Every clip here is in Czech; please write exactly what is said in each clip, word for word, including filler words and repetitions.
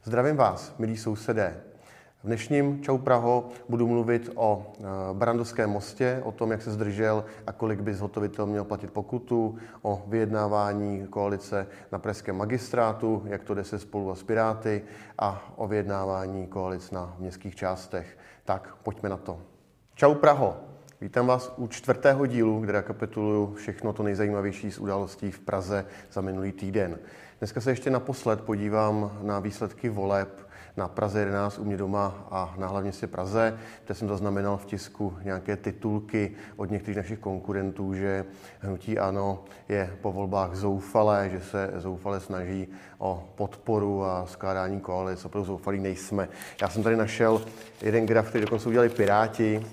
Zdravím vás, milí sousedé. V dnešním Čau Praho budu mluvit o Barrandovském mostě, o tom, jak se zdržel a kolik by zhotovitel měl platit pokutu, o vyjednávání koalice na pražském magistrátu, jak to jde se Spolu a s Piráty, a o vyjednávání koalic na městských částech. Tak, pojďme na to. Čau Praho. Vítám vás u čtvrtého dílu, kde rekapituluju všechno to nejzajímavější z událostí v Praze za minulý týden. Dneska se ještě naposled podívám na výsledky voleb na Praze jedenáct u mě doma a na hlavním městě Praze, kde jsem zaznamenal v tisku nějaké titulky od některých našich konkurentů, že hnutí ANO je po volbách zoufalé, že se zoufale snaží o podporu a skládání koalic. Opravdu zoufalí nejsme. Já jsem tady našel jeden graf, který dokonce udělali Piráti.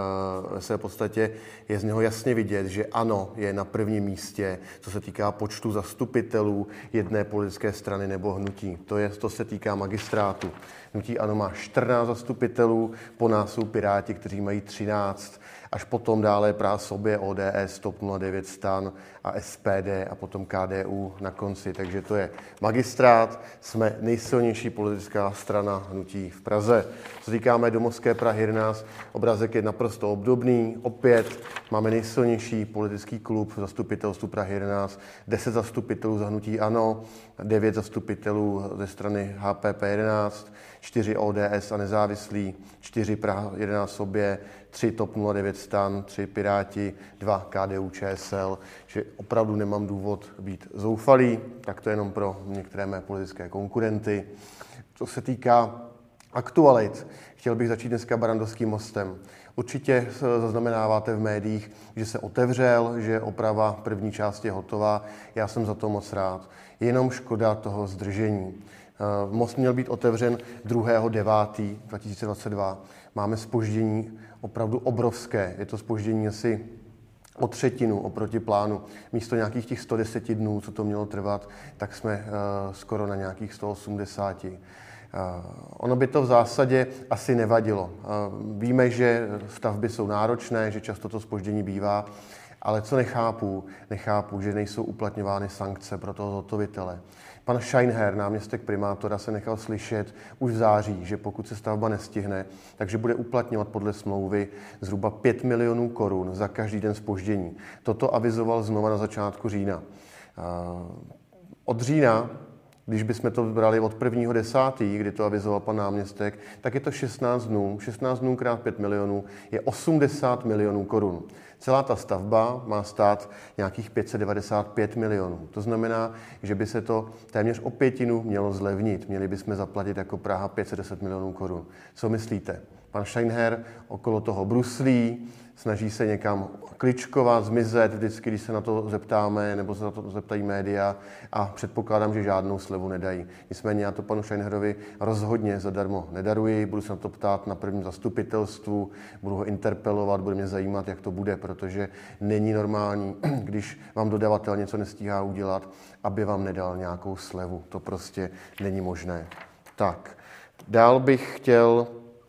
Ve své podstatě je z něho jasně vidět, že ANO je na prvním místě, co se týká počtu zastupitelů jedné politické strany nebo hnutí. To, je, to se týká magistrátu. Hnutí ANO má čtrnáct zastupitelů, po nás jsou Piráti, kteří mají třináct, až potom dále Praha sobě, O D S, TOP nula devět, STAN a S P D a potom K D U na konci. Takže to je magistrát, jsme nejsilnější politická strana hnutí v Praze. Co říkáme domovské Prahy jedenáct, obrázek je naprosto obdobný. Opět máme nejsilnější politický klub v zastupitelstvu Prahy jedenáct, deset zastupitelů za hnutí ANO, devět zastupitelů ze strany H P P jedenáct, čtyři O D S a nezávislí, čtyři Praha jedenáct sobě, tři TOP nula devět STAN, tři Piráti, dva K D U Č S L, že opravdu nemám důvod být zoufalý, tak to je jenom pro některé mé politické konkurenty. Co se týká aktualit, chtěl bych začít dneska Barrandovským mostem. Určitě zaznamenáváte v médiích, že se otevřel, že oprava první části je hotová. Já jsem za to moc rád. Jenom škoda toho zdržení. Most měl být otevřen druhého devátého dva tisíce dvacet dva. Máme zpoždění opravdu obrovské. Je to zpoždění asi o třetinu oproti plánu. Místo nějakých těch sto deset dnů, co to mělo trvat, tak jsme uh, skoro na nějakých sto osmdesát. Uh, ono by to v zásadě asi nevadilo. Uh, víme, že stavby jsou náročné, že často to zpoždění bývá, ale co nechápu, nechápu, že nejsou uplatňovány sankce pro toho zhotovitele. Pan Scheinherr, náměstek primátora, se nechal slyšet už v září, že pokud se stavba nestihne, takže bude uplatňovat podle smlouvy zhruba pět milionů korun za každý den zpoždění. Toto avizoval znova na začátku října. Od října, když bychom to brali od prvního desátého, kdy to avizoval pan náměstek, tak je to šestnáct dnů. šestnáct dnů krát pět milionů je osmdesát milionů korun. Celá ta stavba má stát nějakých pět set devadesát pět milionů. To znamená, že by se to téměř o pětinu mělo zlevnit. Měli bychom zaplatit jako Praha pět set deset milionů korun. Co myslíte? Pan Scheinherr okolo toho bruslí, snaží se někam kličkovat, zmizet vždycky, když se na to zeptáme, nebo se na to zeptají média, a předpokládám, že žádnou slevu nedají. Nicméně já to panu Scheinherrovi rozhodně zadarmo nedaruji, budu se na to ptát na prvním zastupitelstvu, budu ho interpelovat, bude mě zajímat, jak to bude, protože není normální, když vám dodavatel něco nestíhá udělat, aby vám nedal nějakou slevu. To prostě není možné. Tak, dál bych chtěl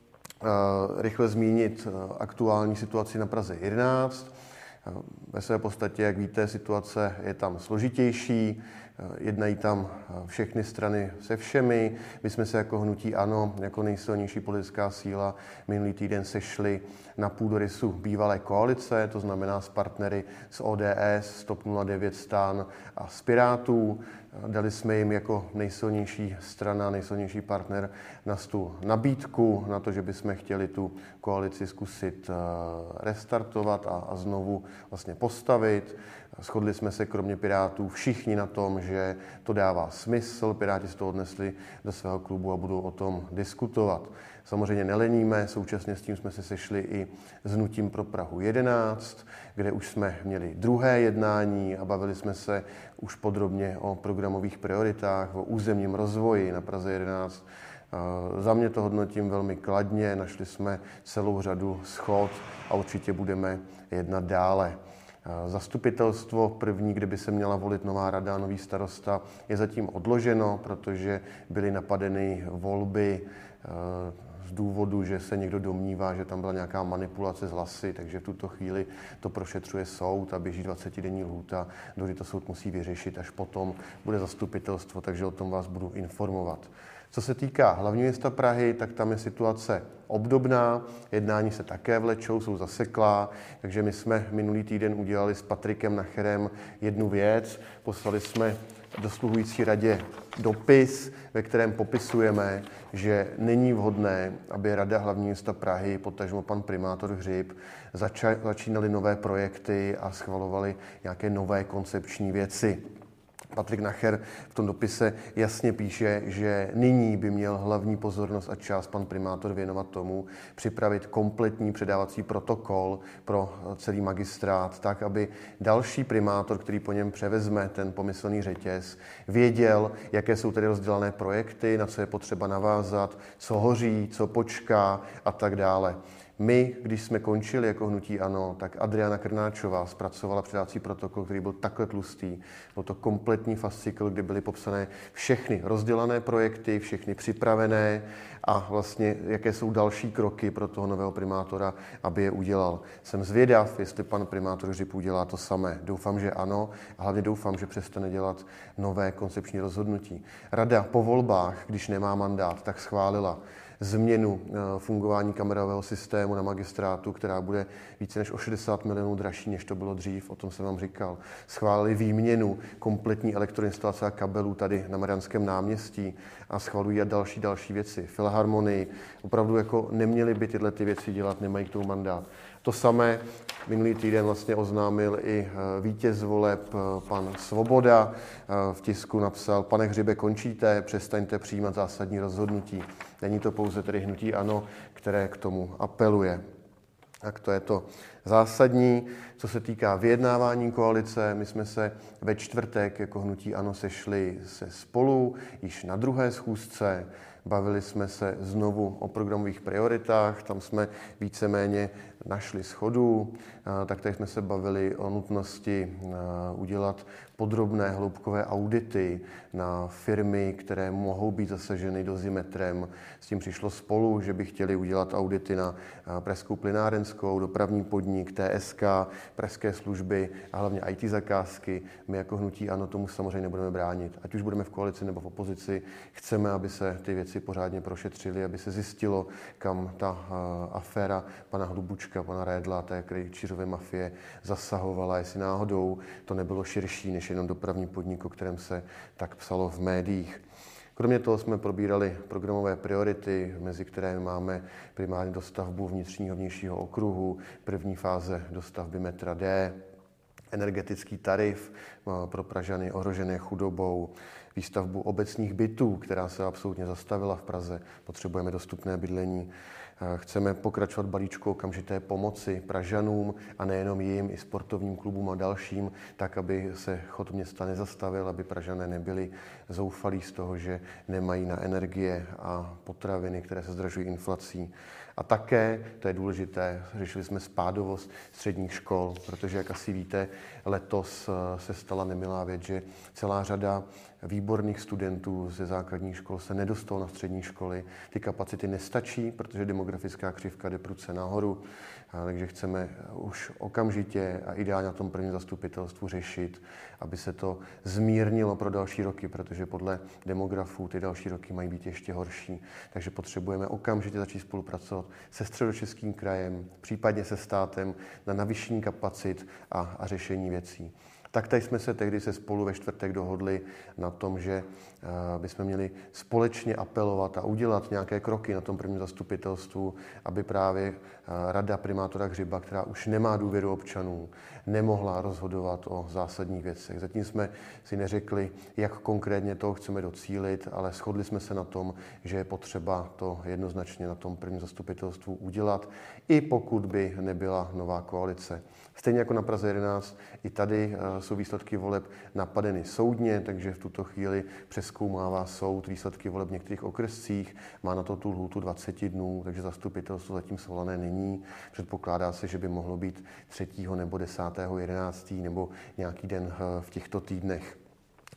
Uh, rychle zmínit uh, aktuální situaci na Praze jedenáct. Uh, ve své podstatě, jak víte, situace je tam složitější, uh, jednají tam uh, všechny strany se všemi. My jsme se jako hnutí ANO, jako nejsilnější politická síla, minulý týden sešli na půdorysu bývalé koalice, to znamená s partnery z O D S, TOP nula devět, STAN a z Pirátů. Dali jsme jim jako nejsilnější strana, nejsilnější partner na stůl nabídku na to, že bychom chtěli tu koalici zkusit restartovat a, a znovu vlastně postavit. Shodli jsme se kromě Pirátů všichni na tom, že to dává smysl. Piráti se to odnesli do svého klubu a budou o tom diskutovat. Samozřejmě neleníme, současně s tím jsme se sešli i s hnutím pro Prahu jedenáct, kde už jsme měli druhé jednání a bavili jsme se už podrobně o programových prioritách, o územním rozvoji na Praze jedenáct. Za mě to hodnotím velmi kladně, našli jsme celou řadu shod a určitě budeme jednat dále. Zastupitelstvo první, kde by se měla volit nová rada, nový starosta, je zatím odloženo, protože byly napadeny volby z důvodu, že se někdo domnívá, že tam byla nějaká manipulace s hlasy, takže v tuto chvíli to prošetřuje soud a běží dvacetidenní lhůta, kdy to soud musí vyřešit, až potom bude zastupitelstvo, takže o tom vás budu informovat. Co se týká hlavního města Prahy, tak tam je situace obdobná, jednání se také vlečou, jsou zaseklá, takže my jsme minulý týden udělali s Patrikem Nacherem jednu věc, poslali jsme dosluhující radě dopis, ve kterém popisujeme, že není vhodné, aby Rada hlavního města Prahy, potažmo pan primátor Hřib, zača- začínali nové projekty a schvalovali nějaké nové koncepční věci. Patrik Nacher v tom dopise jasně píše, že nyní by měl hlavní pozornost a čas pan primátor věnovat tomu, připravit kompletní předávací protokol pro celý magistrát, tak, aby další primátor, který po něm převezme ten pomyslný řetěz, věděl, jaké jsou tedy rozdělané projekty, na co je potřeba navázat, co hoří, co počká a tak dále. My, když jsme končili jako hnutí ANO, tak Adriana Krnáčová zpracovala předávací protokol, který byl takhle tlustý. Byl to kompletní fascikl, kde byly popsané všechny rozdělané projekty, všechny připravené a vlastně jaké jsou další kroky pro toho nového primátora, aby je udělal. Jsem zvědav, jestli pan primátor Hřib udělá to samé. Doufám, že ano a hlavně doufám, že přestane dělat nové koncepční rozhodnutí. Rada po volbách, když nemá mandát, tak schválila změnu fungování kamerového systému na magistrátu, která bude více než o šedesát milionů dražší, než to bylo dřív, o tom jsem vám říkal. Schválili výměnu kompletní elektroinstalace a kabelů tady na Mariánském náměstí a schvalují další další věci. Filharmonii, opravdu jako neměly by tyhle ty věci dělat, nemají k tomu mandát. To samé minulý týden vlastně oznámil i vítěz voleb pan Svoboda. V tisku napsal: pane Hřibe, končíte, přestaňte přijímat zásadní rozhodnutí. Není to pouze tedy hnutí ANO, které k tomu apeluje. Tak to je to zásadní. Co se týká vyjednávání koalice, my jsme se ve čtvrtek jako hnutí ANO sešli se Spolu již na druhé schůzce. Bavili jsme se znovu o programových prioritách, tam jsme víceméně našli shodu. Tak tady jsme se bavili o nutnosti udělat podrobné hloubkové audity na firmy, které mohou být zasaženy dozimetrem. S tím přišlo Spolu, že by chtěli udělat audity na Pražskou plynárenskou, dopravní podnik, T S K, pražské služby a hlavně í té zakázky. My jako hnutí ANO tomu samozřejmě nebudeme bránit. Ať už budeme v koalici nebo v opozici, chceme, aby se ty věci pořádně prošetřily, aby se zjistilo, kam ta aféra pana Hlubučka, pana Redla, té Krejčířové mafie zasahovala, jestli náhodou to nebylo širší než jenom dopravní podnik, o kterém se tak psalo v médiích. Kromě toho jsme probírali programové priority, mezi které máme primárně dostavbu vnitřního vnějšího okruhu, první fáze dostavby metra D, energetický tarif pro Pražany ohrožené chudobou, výstavbu obecních bytů, která se absolutně zastavila v Praze. Potřebujeme dostupné bydlení. Chceme pokračovat balíčku okamžité pomoci Pražanům a nejenom jim, i sportovním klubům a dalším, tak, aby se chod města nezastavil, aby Pražané nebyli zoufalí z toho, že nemají na energie a potraviny, které se zdražují inflací. A také, to je důležité, řešili jsme spádovost středních škol, protože, jak asi víte, letos se stala nemilá věc, že celá řada výborných studentů ze základních škol se nedostalo na střední školy. Ty kapacity nestačí, protože demografická křivka jde prudce nahoru, takže chceme už okamžitě a ideálně na tom prvním zastupitelstvu řešit, aby se to zmírnilo pro další roky, protože podle demografů ty další roky mají být ještě horší. Takže potřebujeme okamžitě začít spolupracovat se Středočeským krajem, případně se státem na navýšení kapacit a, a řešení věcí. Taktéž jsme se tehdy se Spolu ve čtvrtek dohodli na tom, že bychom měli společně apelovat a udělat nějaké kroky na tom prvním zastupitelstvu, aby právě rada primátora Hřiba, která už nemá důvěru občanů, nemohla rozhodovat o zásadních věcech. Zatím jsme si neřekli, jak konkrétně to chceme docílit, ale shodli jsme se na tom, že je potřeba to jednoznačně na tom prvním zastupitelstvu udělat, i pokud by nebyla nová koalice. Stejně jako na Praze jedenáct, i tady jsou výsledky voleb napadeny soudně, takže v tuto chvíli přezkoumává soud výsledky voleb v některých okrescích, má na to tu lhůtu dvacet dnů, takže zastupitelstvo zatím svolané není. Předpokládá se, že by mohlo být třetího nebo desátého jedenáctého nebo nějaký den v těchto týdnech.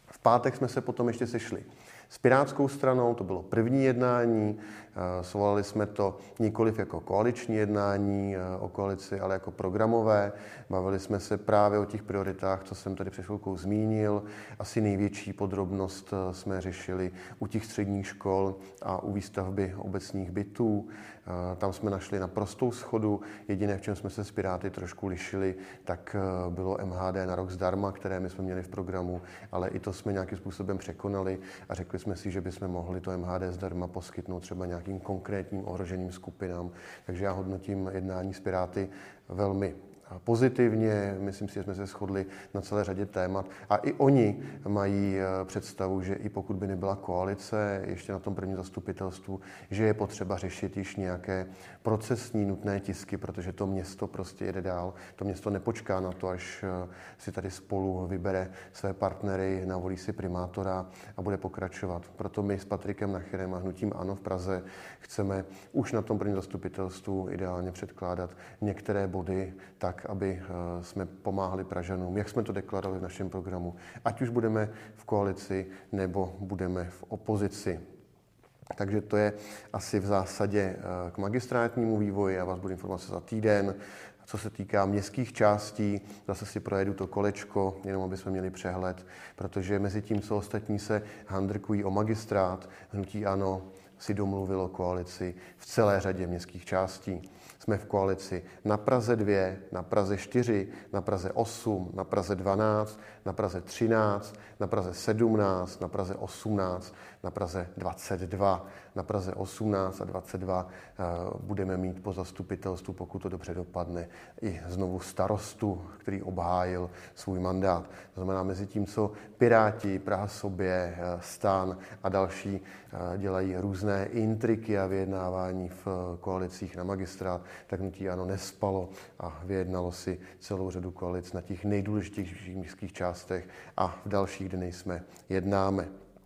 V pátek jsme se potom ještě sešli s Pirátskou stranou, to bylo první jednání, svolali jsme to nikoliv jako koaliční jednání o koalici, ale jako programové. Bavili jsme se právě o těch prioritách, co jsem tady před chvilkou zmínil. Asi největší podrobnost jsme řešili u těch středních škol a u výstavby obecních bytů. Tam jsme našli naprostou shodu. Jediné, v čem jsme se s Piráty trošku lišili, tak bylo M H D na rok zdarma, které my jsme měli v programu, ale i to jsme nějakým způsobem překonali a řekli jsme si, že bychom mohli to M H D zdarma poskytnout třeba nějakým konkrétním ohroženým skupinám. Takže já hodnotím jednání s Piráty velmi pozitivně, myslím si, že jsme se shodli na celé řadě témat a i oni mají představu, že i pokud by nebyla koalice ještě na tom prvním zastupitelstvu, že je potřeba řešit již nějaké procesní nutné tisky, protože to město prostě jede dál. To město nepočká na to, až si tady spolu vybere své partnery, navolí si primátora a bude pokračovat. Proto my s Patrikem Nacherem a hnutím ANO v Praze chceme už na tom prvním zastupitelstvu ideálně předkládat některé body tak, aby jsme pomáhali Pražanům, jak jsme to deklarovali v našem programu, ať už budeme v koalici nebo budeme v opozici. Takže to je asi v zásadě k magistrátnímu vývoji. Já vás budu informovat za týden. Co se týká městských částí, zase si projedu to kolečko, jenom aby jsme měli přehled, protože mezi tím, co ostatní se handrkují o magistrát, hnutí ANO si domluvilo koalici v celé řadě městských částí. Jsme v koalici na Praze dva, na Praze čtyři, na Praze osm, na Praze dvanáct, na Praze třináct, na Praze sedmnáct, na Praze osmnáct, na Praze dvacet dva, na Praze osmnáct a dvacet dva budeme mít po zastupitelstvu, pokud to dobře dopadne, i znovu starostu, který obhájil svůj mandát. To znamená, mezi tím, co Piráti, Praha sobě, STAN a další dělají různé intriky a vyjednávání v koalicích na magistrát, tak hnutí ANO nespalo a vyjednalo si celou řadu koalic na těch nejdůležitějších městských částech a v dalších, kde nejsme, jednáme.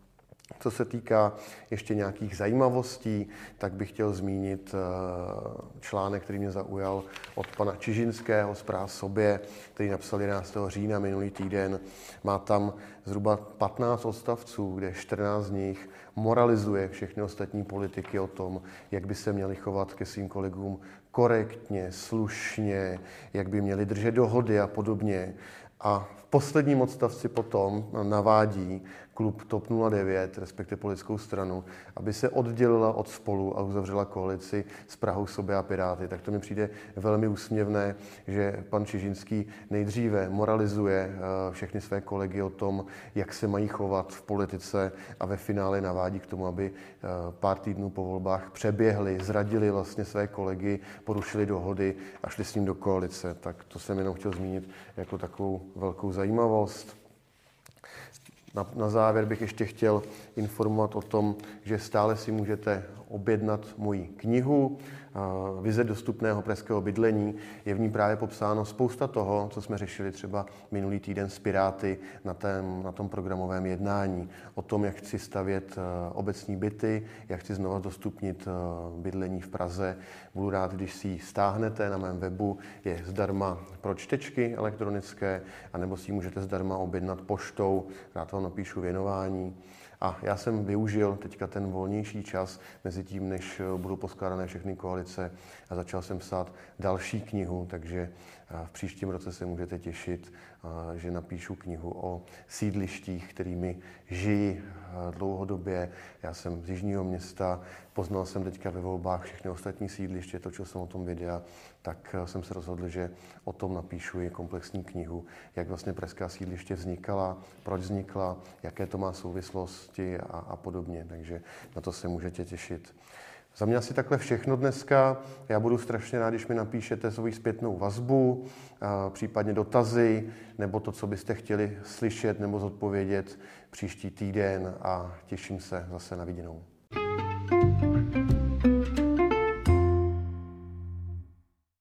Co se týká ještě nějakých zajímavostí, tak bych chtěl zmínit článek, který mě zaujal od pana Čižinského z Praha sobě, který napsal jedenáctého října minulý týden. Má tam zhruba patnáct odstavců, kde čtrnáct z nich moralizuje všechny ostatní politiky o tom, jak by se měli chovat ke svým kolegům korektně, slušně, jak by měli držet dohody a podobně. A v posledním odstavci potom navádí klub TOP nula devět, respektive politickou stranu, aby se oddělila od Spolu a uzavřela koalici s Prahou sobě a Piráty. Tak to mi přijde velmi úsměvné, že pan Čižinský nejdříve moralizuje všechny své kolegy o tom, jak se mají chovat v politice a ve finále navádí k tomu, aby pár týdnů po volbách přeběhli, zradili vlastně své kolegy, porušili dohody a šli s ním do koalice. Tak to jsem jenom chtěl zmínit jako takovou velkou zajímavost. Na, na závěr bych ještě chtěl informovat o tom, že stále si můžete objednat moji knihu Vize dostupného pražského bydlení. Je v ní právě popsáno spousta toho, co jsme řešili třeba minulý týden s Piráty na, tém, na tom programovém jednání. O tom, jak chci stavět obecní byty, jak chci znovu dostupnit bydlení v Praze. Budu rád, když si ji stáhnete na mém webu. Je zdarma pro čtečky elektronické, anebo si ji můžete zdarma objednat poštou. Rád vám napíšu věnování. A já jsem využil teďka ten volnější čas mezi tím, než budou poskládané všechny koalice a začal jsem psát další knihu, takže v příštím roce se můžete těšit, že napíšu knihu o sídlištích, kterými žijí dlouhodobě. Já jsem z Jižního Města, poznal jsem teďka ve volbách všechny ostatní sídliště, točil jsem o tom videa, tak jsem se rozhodl, že o tom napíšu i komplexní knihu, jak vlastně pražská sídliště vznikala, proč vznikla, jaké to má souvislosti a, a podobně, takže na to se můžete těšit. Za mě asi takhle všechno dneska. Já budu strašně rád, když mi napíšete svoji zpětnou vazbu, případně dotazy, nebo to, co byste chtěli slyšet nebo zodpovědět příští týden a těším se zase na viděnou.